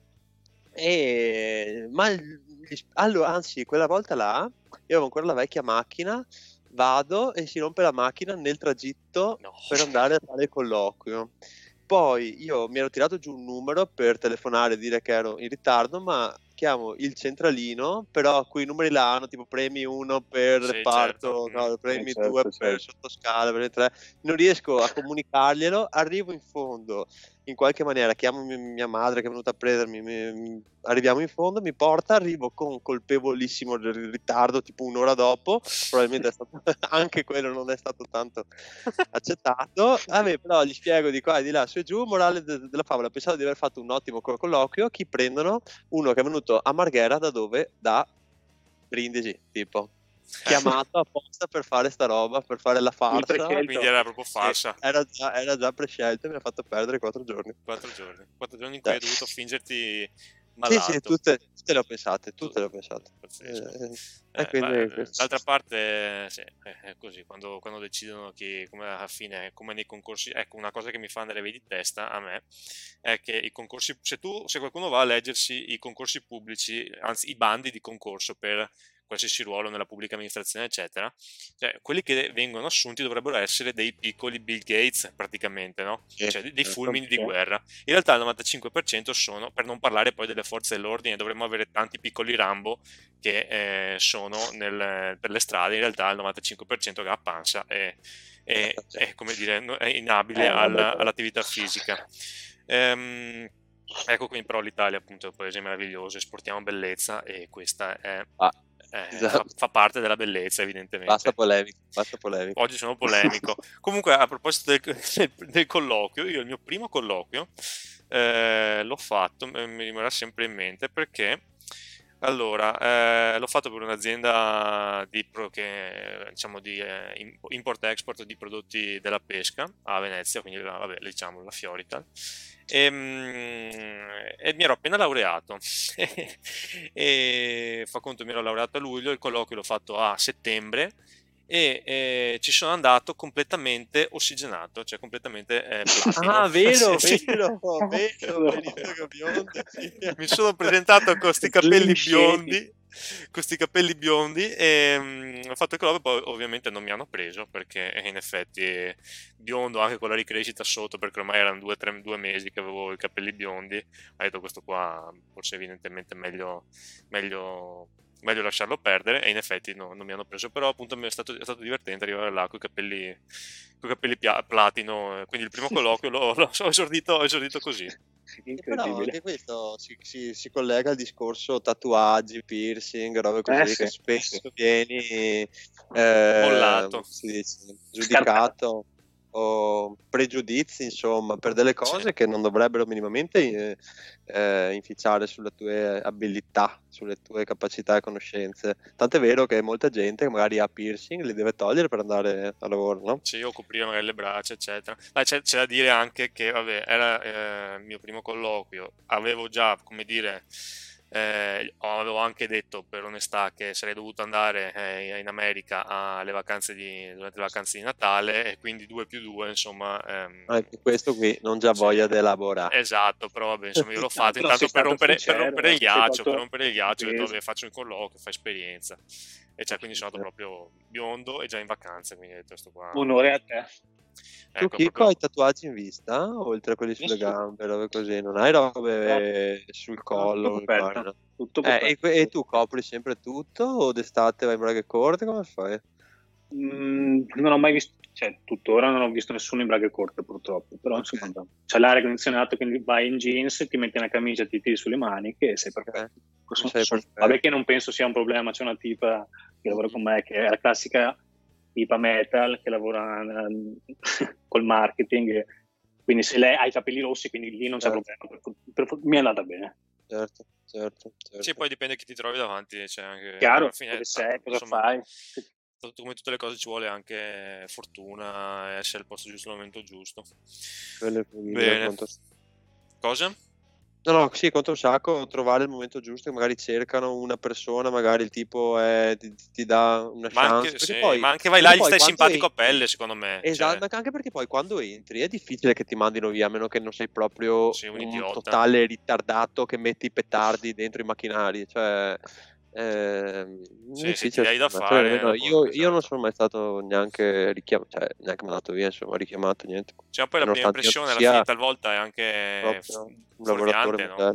[SPEAKER 2] E ma il- gli- allora, anzi, quella volta là io avevo ancora la vecchia macchina, vado e si rompe la macchina nel tragitto
[SPEAKER 1] No.
[SPEAKER 2] per andare a fare il colloquio. Poi io mi ero tirato giù un numero per telefonare e dire che ero in ritardo, ma chiamo il centralino, però quei numeri là hanno tipo premi uno per
[SPEAKER 1] Sì, certo.
[SPEAKER 2] reparto,
[SPEAKER 1] Mm.
[SPEAKER 2] no,
[SPEAKER 3] Eh,
[SPEAKER 2] premi
[SPEAKER 3] certo,
[SPEAKER 2] due per
[SPEAKER 3] certo.
[SPEAKER 2] sottoscala, premi tre. Non riesco a comunicarglielo, arrivo in fondo in qualche maniera, chiamo mi- mia madre che è venuta a prendermi, mi- mi- arriviamo in fondo, mi porta, arrivo con colpevolissimo del ritardo, tipo un'ora dopo, probabilmente è stato, anche quello non è stato tanto accettato. Vabbè, però gli spiego di qua e di là, su e giù, morale de- della favola, pensavo di aver fatto un ottimo co- colloquio, chi prendono? Uno che è venuto a Marghera da dove? Da Brindisi, tipo. Chiamato apposta per fare sta roba, per fare la
[SPEAKER 3] Il
[SPEAKER 2] farsa.
[SPEAKER 3] prescelto.
[SPEAKER 1] Quindi era proprio
[SPEAKER 2] Sì,
[SPEAKER 1] farsa.
[SPEAKER 2] era già, era già prescelto e mi ha fatto perdere quattro giorni.
[SPEAKER 1] Quattro giorni. Quattro giorni in cui
[SPEAKER 2] Cioè,
[SPEAKER 1] hai dovuto fingerti
[SPEAKER 2] Sì, sì,
[SPEAKER 1] malato.
[SPEAKER 2] tutte, tutte le ho pensate, tutte le ho pensate.
[SPEAKER 1] Pazzesco.
[SPEAKER 2] Eh,
[SPEAKER 1] Eh,
[SPEAKER 2] e quindi
[SPEAKER 1] ma,
[SPEAKER 2] questo-
[SPEAKER 1] d'altra parte, sì, è è così, quando, quando decidono che, come alla fine, come nei concorsi, ecco, una cosa che mi fa andare via di testa a me è che i concorsi, se tu, se qualcuno va a leggersi i concorsi pubblici, anzi i bandi di concorso per qualsiasi ruolo nella pubblica amministrazione, eccetera, cioè quelli che vengono assunti dovrebbero essere dei piccoli Bill Gates praticamente, no?
[SPEAKER 2] sì,
[SPEAKER 1] Cioè dei, dei
[SPEAKER 2] certo.
[SPEAKER 1] fulmini di
[SPEAKER 3] Sì.
[SPEAKER 1] guerra. In realtà il novantacinque per cento sono, per non parlare poi delle forze dell'ordine, dovremmo avere tanti piccoli Rambo che eh, sono nel- per le strade, in realtà il novantacinque per cento che ha pancia è, è- è, come dire, no- è inabile
[SPEAKER 3] Eh,
[SPEAKER 1] al-
[SPEAKER 3] vabbè, però.
[SPEAKER 1] all'attività fisica. Ehm, ecco qui però l'Italia appunto è un paese meraviglioso, esportiamo bellezza e questa è,
[SPEAKER 2] Ah,
[SPEAKER 1] eh, fa,
[SPEAKER 2] esatto.
[SPEAKER 1] fa parte della bellezza
[SPEAKER 2] Basta
[SPEAKER 1] evidentemente.
[SPEAKER 2] polemica, basta polemica.
[SPEAKER 1] Oggi sono polemico. Comunque, a proposito del, del- del colloquio, io il mio primo colloquio eh, l'ho fatto, m- mi rimarrà sempre in mente perché allora, eh, l'ho fatto per un'azienda di, pro- che, diciamo, di eh, im- import-export di prodotti della pesca a Venezia, quindi la, vabbè, diciamo la Fiorital. E, mm, e mi ero appena laureato e fa conto mi ero laureato a luglio, il colloquio l'ho fatto a settembre e eh, ci sono andato completamente ossigenato, cioè completamente eh, platino.
[SPEAKER 2] Ah, vero,
[SPEAKER 1] Sì, sì.
[SPEAKER 2] vero, vero,
[SPEAKER 3] Cazzo.
[SPEAKER 2] benissimo biondo, sì.
[SPEAKER 1] Mi sono presentato con questi capelli
[SPEAKER 3] Slim Shady.
[SPEAKER 1] biondi, con questi capelli biondi e mm, ho fatto il colloquio, poi ovviamente non mi hanno preso perché in effetti eh, biondo anche con la ricrescita sotto, perché ormai erano due, tre, due mesi che avevo i capelli biondi, ho detto questo qua forse evidentemente meglio, meglio, meglio lasciarlo perdere e in effetti no, non mi hanno preso, però appunto mi è stato, è stato divertente arrivare là con i capelli, coi capelli pia- platino, eh, quindi il primo colloquio l'ho, l'ho- ho esordito, ho esordito così.
[SPEAKER 2] E però
[SPEAKER 3] Incredibile.
[SPEAKER 2] anche questo si, si- si collega al discorso tatuaggi, piercing, robe così,
[SPEAKER 3] Eh
[SPEAKER 2] che
[SPEAKER 3] sì,
[SPEAKER 2] spesso
[SPEAKER 3] sì.
[SPEAKER 2] vieni eh,
[SPEAKER 1] Mollato.
[SPEAKER 2] come si dice,
[SPEAKER 3] Scartato.
[SPEAKER 2] giudicato o pregiudizi, insomma, per delle
[SPEAKER 1] Sì.
[SPEAKER 2] cose che non dovrebbero minimamente eh, eh, inficiare sulle tue abilità, sulle tue capacità e conoscenze. Tant'è vero che molta gente che magari ha piercing li deve togliere per andare a lavoro, no?
[SPEAKER 1] Sì, o coprire magari le braccia, eccetera. Ma c'è, c'è da dire anche che, vabbè, era eh, il mio primo colloquio, avevo già, come dire, eh, avevo anche detto per onestà che sarei dovuto andare eh, in America alle vacanze di, durante le vacanze di Natale e quindi due più due, insomma, ehm,
[SPEAKER 2] Anche questo qui non già
[SPEAKER 1] sì,
[SPEAKER 2] voglia di elaborare.
[SPEAKER 1] esatto, però vabbè, insomma, io l'ho
[SPEAKER 3] No,
[SPEAKER 1] fatto
[SPEAKER 3] però sei
[SPEAKER 1] intanto per
[SPEAKER 3] stato
[SPEAKER 1] rompere, per
[SPEAKER 3] sincero,
[SPEAKER 1] rompere il
[SPEAKER 3] eh. Sei
[SPEAKER 1] ghiaccio, per
[SPEAKER 3] tolto
[SPEAKER 1] rompere il
[SPEAKER 3] il
[SPEAKER 1] ghiaccio, ho detto,
[SPEAKER 3] peso.
[SPEAKER 1] vabbè, faccio un colloquio, fai esperienza. E cioè, quindi sono andato proprio biondo e già in vacanze, quindi ho detto, sto qua...
[SPEAKER 3] Onore a te.
[SPEAKER 2] Tu,
[SPEAKER 1] Ecco,
[SPEAKER 2] Chicco,
[SPEAKER 1] proprio...
[SPEAKER 2] hai tatuaggi in vista? Oltre a quelli sulle
[SPEAKER 3] Nessuno.
[SPEAKER 2] gambe, robe così? Non hai
[SPEAKER 3] No,
[SPEAKER 2] robe sul
[SPEAKER 3] no, tutto
[SPEAKER 2] collo?
[SPEAKER 3] coperto.
[SPEAKER 2] Immagino.
[SPEAKER 3] Tutto
[SPEAKER 2] Eh, e,
[SPEAKER 3] coperto.
[SPEAKER 2] que- e tu copri sempre tutto o d'estate vai in braghe corte? Come fai?
[SPEAKER 3] Mm, non ho mai visto, cioè tuttora non ho visto nessuno in braghe corte purtroppo, però
[SPEAKER 2] Ok,
[SPEAKER 3] insomma no. C'è l'aria condizionata, quindi vai in jeans, ti metti una camicia, ti tiri sulle maniche e sei
[SPEAKER 2] ok.
[SPEAKER 3] perfetto.
[SPEAKER 2] Mi
[SPEAKER 3] Sono-
[SPEAKER 2] sei
[SPEAKER 3] sono-
[SPEAKER 2] perfetto.
[SPEAKER 3] vabbè che non penso sia un problema, c'è una tipa che lavora con me che è la classica tipa metal che lavora ehm, col marketing, e quindi se lei ha i capelli rossi, quindi lì non c'è
[SPEAKER 2] Certo,
[SPEAKER 3] problema, per- per- per- mi è andata bene.
[SPEAKER 2] certo, certo,
[SPEAKER 1] Sì,
[SPEAKER 2] certo.
[SPEAKER 1] poi dipende chi ti trovi davanti, cioè anche,
[SPEAKER 3] Chiaro,
[SPEAKER 1] alla fine,
[SPEAKER 3] dove
[SPEAKER 1] ta-
[SPEAKER 3] sei, cosa
[SPEAKER 1] insomma,
[SPEAKER 3] fai?
[SPEAKER 1] tutto- come tutte le cose ci vuole anche fortuna, essere al posto giusto al momento giusto.
[SPEAKER 2] Quello è fruibile
[SPEAKER 1] Bene.
[SPEAKER 2] quanto...
[SPEAKER 1] Cosa?
[SPEAKER 2] No, no, sì, conta un sacco trovare il momento giusto, che magari cercano una persona, magari il tipo è- ti, ti dà una
[SPEAKER 1] Ma
[SPEAKER 2] chance,
[SPEAKER 1] anche,
[SPEAKER 2] perché
[SPEAKER 1] sì,
[SPEAKER 2] poi,
[SPEAKER 1] ma anche vai là
[SPEAKER 2] perché
[SPEAKER 1] e gli
[SPEAKER 2] poi
[SPEAKER 1] stai
[SPEAKER 2] quando
[SPEAKER 1] simpatico a
[SPEAKER 2] entri,
[SPEAKER 1] pelle, secondo me.
[SPEAKER 2] esatto,
[SPEAKER 1] Cioè,
[SPEAKER 2] ma anche perché poi quando entri è difficile che ti mandino via, a meno che non sei proprio
[SPEAKER 1] sei un
[SPEAKER 2] un
[SPEAKER 1] idiota.
[SPEAKER 2] totale ritardato che metti i petardi dentro i macchinari, cioè ehm,
[SPEAKER 1] Sì, se ti
[SPEAKER 2] difficile
[SPEAKER 1] dai da
[SPEAKER 2] secondo me. Cioè,
[SPEAKER 1] fare,
[SPEAKER 2] almeno
[SPEAKER 1] dopo,
[SPEAKER 2] io, io non
[SPEAKER 1] esatto.
[SPEAKER 2] sono mai stato neanche richiamato, cioè neanche mandato via, insomma, richiamato, niente,
[SPEAKER 1] Cioè, poi la prima
[SPEAKER 2] nonostante io non
[SPEAKER 1] impressione alla fine
[SPEAKER 2] sia
[SPEAKER 1] talvolta è anche f-
[SPEAKER 2] proprio un lavoratore
[SPEAKER 1] fuorviante, no?
[SPEAKER 2] modello.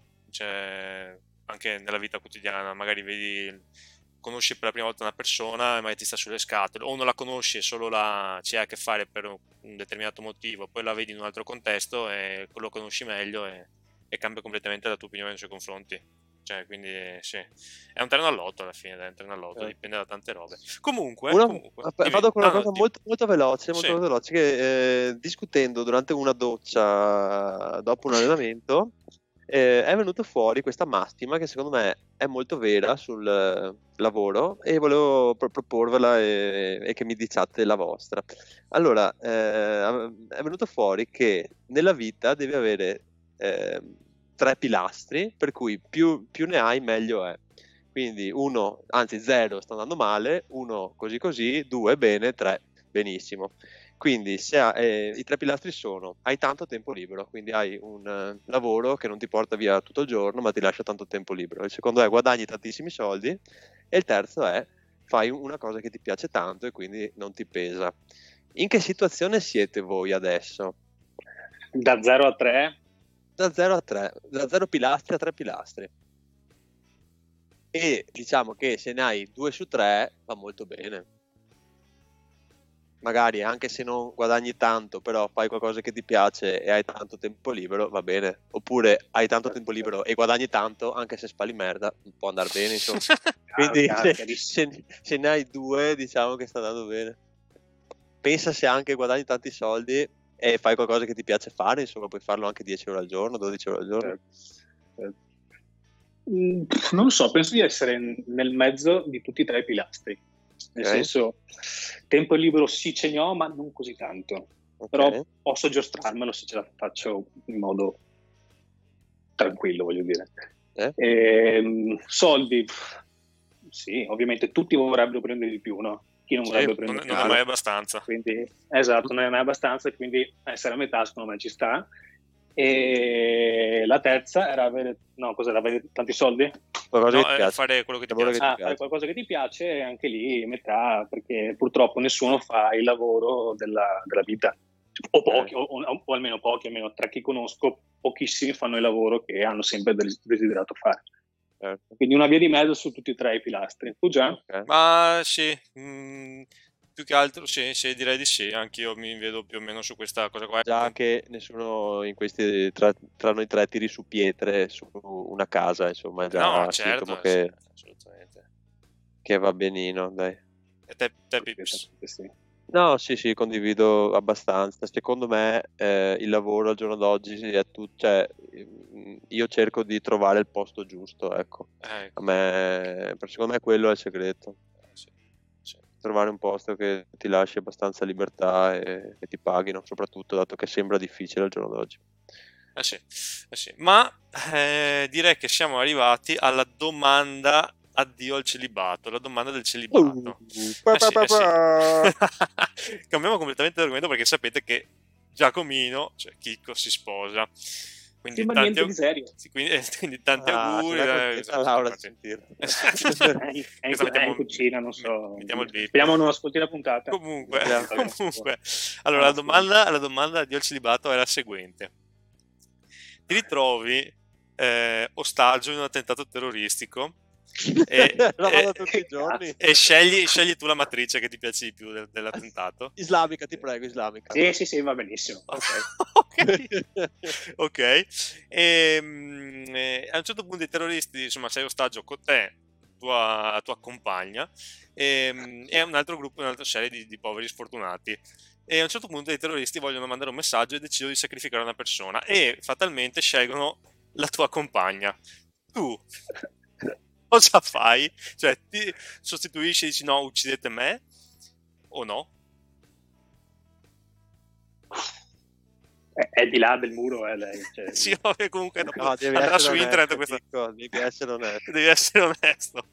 [SPEAKER 1] Cioè, anche nella vita quotidiana, magari vedi, conosci per la prima volta una persona e magari ti sta sulle scatole, o non la conosci e solo la, c'è a che fare per un determinato motivo, poi la vedi in un altro contesto e lo conosci meglio e, e cambia completamente la tua opinione nei suoi confronti. Cioè, quindi sì, è un terreno all'otto alla fine, dai, è un terreno all'otto,
[SPEAKER 2] Eh.
[SPEAKER 1] dipende da tante robe. Comunque,
[SPEAKER 2] Una-
[SPEAKER 1] comunque,
[SPEAKER 2] aspetta,
[SPEAKER 1] dimmi.
[SPEAKER 2] vado con una
[SPEAKER 1] No, no,
[SPEAKER 2] cosa
[SPEAKER 1] dimmi.
[SPEAKER 2] molto, molto veloce, molto
[SPEAKER 1] Sì,
[SPEAKER 2] veloce, che eh, discutendo durante una doccia dopo un allenamento eh, è venuto fuori questa mastima che secondo me è molto vera sul eh, lavoro e volevo pro- proporvela e, e che mi diciate la vostra. Allora, eh, è venuto fuori che nella vita devi avere eh, tre pilastri, per cui più, più ne hai meglio è. Quindi uno, anzi zero sta andando male, uno così così, due bene, tre benissimo. Quindi se ha, eh, i tre pilastri sono: hai tanto tempo libero, quindi hai un uh, lavoro che non ti porta via tutto il giorno ma ti lascia tanto tempo libero. Il secondo è: guadagni tantissimi soldi. E il terzo è: fai una cosa che ti piace tanto e quindi non ti pesa. In che situazione siete voi adesso?
[SPEAKER 3] Da zero a tre?
[SPEAKER 2] Da zero a tre, da zero pilastri a tre pilastri. E diciamo che se ne hai due su tre va molto bene. Magari anche se non guadagni tanto, però fai qualcosa che ti piace e hai tanto tempo libero, va bene. Oppure hai tanto tempo libero e guadagni tanto, anche se spali merda, può andare bene, insomma. Quindi se, se, se ne hai due, diciamo che sta andando bene. Pensa se anche guadagni tanti soldi e fai qualcosa che ti piace fare, insomma, puoi farlo anche dieci ore al giorno, dodici ore al giorno.
[SPEAKER 3] Mm, non lo so, penso di essere nel mezzo di tutti e tre i pilastri. Nel
[SPEAKER 2] Okay.
[SPEAKER 3] senso, tempo libero sì ce ne ho, ma non così tanto.
[SPEAKER 2] Okay.
[SPEAKER 3] Però posso giostrarmelo se ce la faccio in modo tranquillo, voglio dire.
[SPEAKER 2] Eh?
[SPEAKER 3] E, soldi, sì, ovviamente tutti vorrebbero prendere di più, no? Chi non
[SPEAKER 1] Sì,
[SPEAKER 3] vorrebbe
[SPEAKER 1] non,
[SPEAKER 3] prendere
[SPEAKER 1] non è mai abbastanza.
[SPEAKER 3] Quindi, esatto, non è mai abbastanza, quindi essere a metà secondo me ci sta. E la terza era avere, no, cos'era, avere tanti soldi?
[SPEAKER 2] Qualcosa
[SPEAKER 1] No,
[SPEAKER 2] che ti
[SPEAKER 1] eh,
[SPEAKER 2] piace.
[SPEAKER 1] fare quello che ti
[SPEAKER 2] Lavoro
[SPEAKER 1] piace.
[SPEAKER 2] che ti
[SPEAKER 3] Ah, fare
[SPEAKER 2] piace.
[SPEAKER 3] qualcosa che ti piace, anche lì metà, perché purtroppo nessuno fa il lavoro della, della vita. O pochi, o, o- o almeno pochi, almeno tra chi conosco, pochissimi fanno il lavoro che hanno sempre del- desiderato fare.
[SPEAKER 2] Certo.
[SPEAKER 3] Quindi una via di mezzo su tutti e tre i pilastri. Tu già?
[SPEAKER 2] Ok.
[SPEAKER 1] Ma sì, mm, più che altro sì, sì, direi di sì. Anch'io mi vedo più o meno su questa cosa qua.
[SPEAKER 2] Già che nessuno in questi tra, tra noi tre tiri su pietre su una casa, insomma, è già
[SPEAKER 1] No, certo,
[SPEAKER 2] sintomo
[SPEAKER 1] sì,
[SPEAKER 2] che,
[SPEAKER 1] assolutamente.
[SPEAKER 2] che va benino, dai.
[SPEAKER 1] E te, te Pips?
[SPEAKER 3] Sì.
[SPEAKER 2] No, sì, sì, condivido abbastanza. Secondo me eh, il lavoro al giorno d'oggi è tutto, cioè, mm, io cerco di trovare il posto giusto, ecco.
[SPEAKER 1] Eh,
[SPEAKER 2] A me, per secondo me quello è il segreto.
[SPEAKER 1] sì, sì.
[SPEAKER 2] Trovare un posto che ti lasci abbastanza libertà e che ti paghino, soprattutto dato che sembra difficile al giorno d'oggi.
[SPEAKER 1] Eh sì, eh sì. Ma eh, direi che siamo arrivati alla domanda addio al celibato, la domanda del celibato.
[SPEAKER 2] Uh,
[SPEAKER 1] Eh sì, eh sì. Cambiamo completamente argomento perché sapete che Giacomino, cioè Chicco, si sposa. Quindi
[SPEAKER 3] Sì, ma
[SPEAKER 1] tanti,
[SPEAKER 3] niente di serio.
[SPEAKER 1] sì, quindi, eh, quindi tanti
[SPEAKER 2] Ah,
[SPEAKER 1] auguri.
[SPEAKER 2] sarà
[SPEAKER 1] eh,
[SPEAKER 2] contenta
[SPEAKER 1] siamo
[SPEAKER 2] Laura di
[SPEAKER 1] contenti.
[SPEAKER 2] sentirlo.
[SPEAKER 3] È in, è in-
[SPEAKER 1] Questa
[SPEAKER 3] è in cucina, non so.
[SPEAKER 1] Mettiamo il beep.
[SPEAKER 3] Speriamo non ascolti la puntata.
[SPEAKER 1] Comunque,
[SPEAKER 2] Speriamo.
[SPEAKER 1] comunque. Allora,
[SPEAKER 3] Ah,
[SPEAKER 1] la domanda, la domanda addio al celibato è la seguente. Ti ritrovi eh, ostaggio in un attentato terroristico e,
[SPEAKER 2] La
[SPEAKER 1] e-
[SPEAKER 2] vado tutti i giorni.
[SPEAKER 1] e scegli, scegli tu la matrice che ti piace di più del- dell'attentato.
[SPEAKER 2] Islamica, ti prego, islamica.
[SPEAKER 3] Sì, sì, sì, va benissimo.
[SPEAKER 1] Ok. Ok. E, mm, e a un certo punto i terroristi, insomma, sei ostaggio con te, tua, tua compagna e, mm, e un altro gruppo, un'altra serie di, di poveri sfortunati. E a un certo punto i terroristi vogliono mandare un messaggio e decidono di sacrificare una persona e fatalmente scelgono la tua compagna. Tu cosa fai? Cioè, ti sostituisci e dici no, uccidete me o no?
[SPEAKER 3] È, è di là del muro, eh, lei. Cioè,
[SPEAKER 1] Sì, vabbè, comunque dopo
[SPEAKER 2] No, devi
[SPEAKER 1] andrà
[SPEAKER 2] essere
[SPEAKER 1] su
[SPEAKER 2] onesto,
[SPEAKER 1] internet questa...
[SPEAKER 2] Chicco, devi essere onesto.
[SPEAKER 1] Devi essere onesto.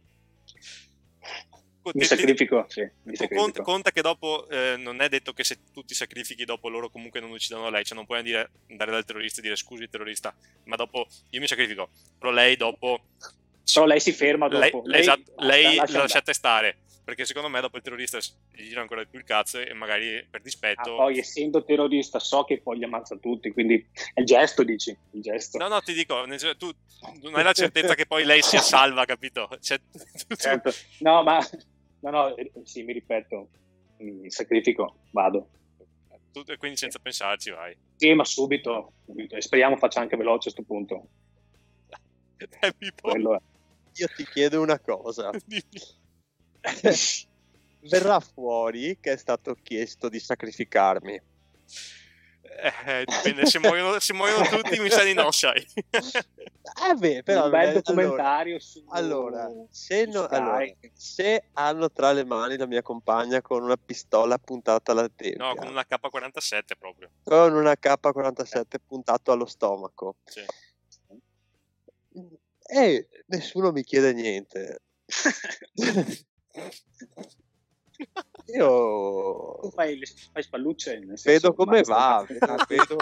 [SPEAKER 3] mi sacrifico, sì, mi
[SPEAKER 1] Conta,
[SPEAKER 3] sacrifico.
[SPEAKER 1] conta che dopo eh, non è detto che se tu ti sacrifichi dopo loro comunque non uccidono lei, cioè non puoi dire, andare dal terrorista e dire scusi terrorista, ma dopo io mi sacrifico, però lei dopo...
[SPEAKER 3] Però lei si ferma
[SPEAKER 1] lei,
[SPEAKER 3] dopo.
[SPEAKER 1] lei, esatto,
[SPEAKER 3] basta,
[SPEAKER 1] lei
[SPEAKER 3] lascia
[SPEAKER 1] la
[SPEAKER 3] andare.
[SPEAKER 1] lasciate stare, perché secondo me dopo il terrorista gli gira ancora di più il cazzo e magari per
[SPEAKER 3] Ah,
[SPEAKER 1] dispetto...
[SPEAKER 3] poi essendo terrorista so che poi li ammazza tutti, quindi è il gesto, dici, il gesto.
[SPEAKER 1] No, no, ti dico, nel senso, tu non hai la certezza che poi lei sia salva, capito? Cioè, tu- tu-
[SPEAKER 3] Certo. No, ma no, no, eh, sì, mi ripeto, mi sacrifico, vado.
[SPEAKER 1] tu- quindi senza pensarci vai.
[SPEAKER 3] Sì, ma subito, subito. E speriamo faccia anche veloce a sto punto.
[SPEAKER 1] Eh, Pippo.
[SPEAKER 3] Quello è.
[SPEAKER 2] Io ti chiedo una cosa.
[SPEAKER 1] Dimmi.
[SPEAKER 2] Verrà fuori che è stato chiesto di sacrificarmi.
[SPEAKER 1] Eh, dipende, se muoiono, se muoiono tutti mi sa di no, sai.
[SPEAKER 2] Eh beh, però
[SPEAKER 3] Un bel
[SPEAKER 2] allora,
[SPEAKER 3] documentario su
[SPEAKER 2] allora, se, no-
[SPEAKER 3] Sky.
[SPEAKER 2] allora, se hanno tra le mani la mia compagna con una pistola puntata alla tempia,
[SPEAKER 1] No, con una K quarantasette proprio.
[SPEAKER 2] con una K quarantasette puntato allo stomaco,
[SPEAKER 1] Sì.
[SPEAKER 2] E nessuno mi chiede niente. Io
[SPEAKER 3] Tu fai, fai spallucce, nel senso,
[SPEAKER 2] vedo come
[SPEAKER 3] ma
[SPEAKER 2] va, vedo, vedo...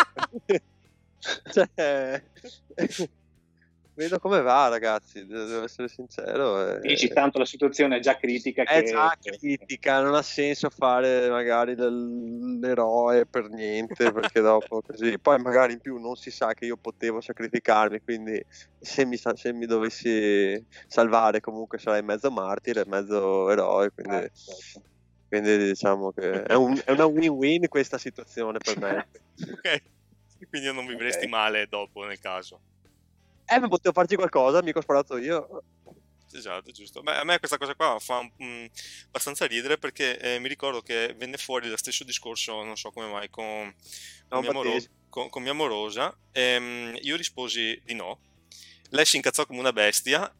[SPEAKER 2] cioè, vedo come va, ragazzi, devo essere sincero. E...
[SPEAKER 3] dici tanto la situazione è già critica
[SPEAKER 2] è
[SPEAKER 3] che...
[SPEAKER 2] già critica, non ha senso fare magari l'eroe per niente, perché dopo così, poi magari in più non si sa che io potevo sacrificarmi, quindi se mi, se mi dovessi salvare comunque sarei mezzo martire, mezzo eroe, quindi,
[SPEAKER 3] Ah, certo.
[SPEAKER 2] quindi diciamo che è, un, è una win-win questa situazione per me.
[SPEAKER 1] Ok, quindi non vivresti
[SPEAKER 3] Ok.
[SPEAKER 1] male dopo nel caso.
[SPEAKER 2] Eh, ma potevo farci qualcosa, mica ho sparato io.
[SPEAKER 1] Esatto, giusto. Beh, a me questa cosa qua fa mh, abbastanza ridere perché eh, mi ricordo che venne fuori lo stesso discorso, non so come mai, con, con,
[SPEAKER 2] No,
[SPEAKER 1] mia, moro-
[SPEAKER 2] Battesi.
[SPEAKER 1] con, con mia morosa. Ehm, io risposi di no. Lei si incazzò come una bestia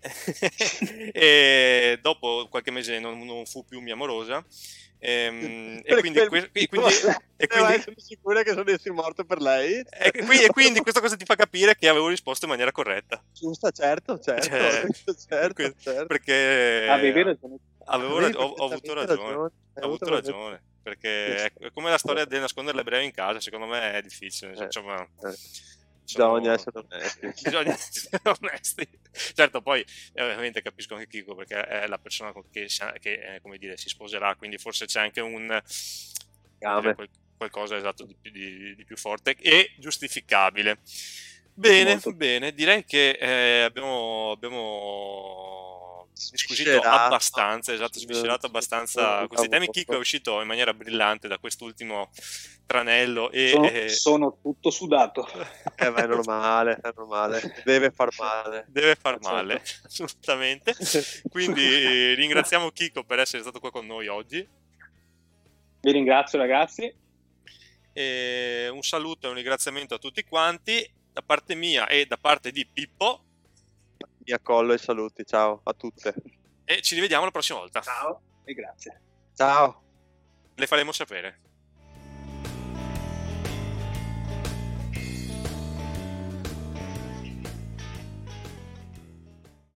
[SPEAKER 1] e dopo qualche mese non, non fu più mia morosa. Ehm, e, quindi, que- e quindi, e quindi,
[SPEAKER 2] essere sicura che sono morto per lei?
[SPEAKER 1] e, quindi, e quindi questa cosa ti fa capire che avevo risposto in maniera corretta.
[SPEAKER 2] Giusto, certo, certo,
[SPEAKER 1] Cioè,
[SPEAKER 2] certo,
[SPEAKER 1] que-
[SPEAKER 2] certo.
[SPEAKER 1] perché
[SPEAKER 3] Avevi ragione.
[SPEAKER 1] avevo
[SPEAKER 2] Avevi
[SPEAKER 1] rag- ho, ho avuto
[SPEAKER 2] perfettamente
[SPEAKER 1] ragione,
[SPEAKER 2] ragione, hai
[SPEAKER 1] ho avuto ragione, perché è, è come la storia del nascondere le breve in casa, secondo me è difficile,
[SPEAKER 2] Eh,
[SPEAKER 1] cioè, ma
[SPEAKER 2] eh.
[SPEAKER 1] sono-
[SPEAKER 2] Bisogna essere onesti.
[SPEAKER 1] bisogna essere onesti. Certo, poi eh, ovviamente capisco anche Chico perché è la persona con che, sa- che eh, come dire, si sposerà, quindi forse c'è anche un come dire,
[SPEAKER 2] Game.
[SPEAKER 1] qual- qualcosa esatto di più, di- di più forte e giustificabile. Bene,
[SPEAKER 3] Molto.
[SPEAKER 1] bene, direi che eh, abbiamo, abbiamo disquisito
[SPEAKER 2] Sviscerato.
[SPEAKER 1] abbastanza, esatto, sviscerato abbastanza questi temi. Chico è uscito in maniera brillante da quest'ultimo tranello e...
[SPEAKER 3] Sono,
[SPEAKER 1] e-
[SPEAKER 3] sono tutto sudato.
[SPEAKER 2] Eh, ma è normale, è normale. Deve far male.
[SPEAKER 1] deve far
[SPEAKER 3] Ah, certo.
[SPEAKER 1] male, assolutamente. Quindi ringraziamo Chico per essere stato qua con noi oggi.
[SPEAKER 3] Vi ringrazio, ragazzi.
[SPEAKER 1] E un saluto e un ringraziamento a tutti quanti da parte mia e da parte di Pippo
[SPEAKER 2] Mi accollo e saluti, ciao a tutte.
[SPEAKER 1] e ci rivediamo la prossima volta.
[SPEAKER 3] Ciao e grazie.
[SPEAKER 2] Ciao.
[SPEAKER 1] Le faremo sapere.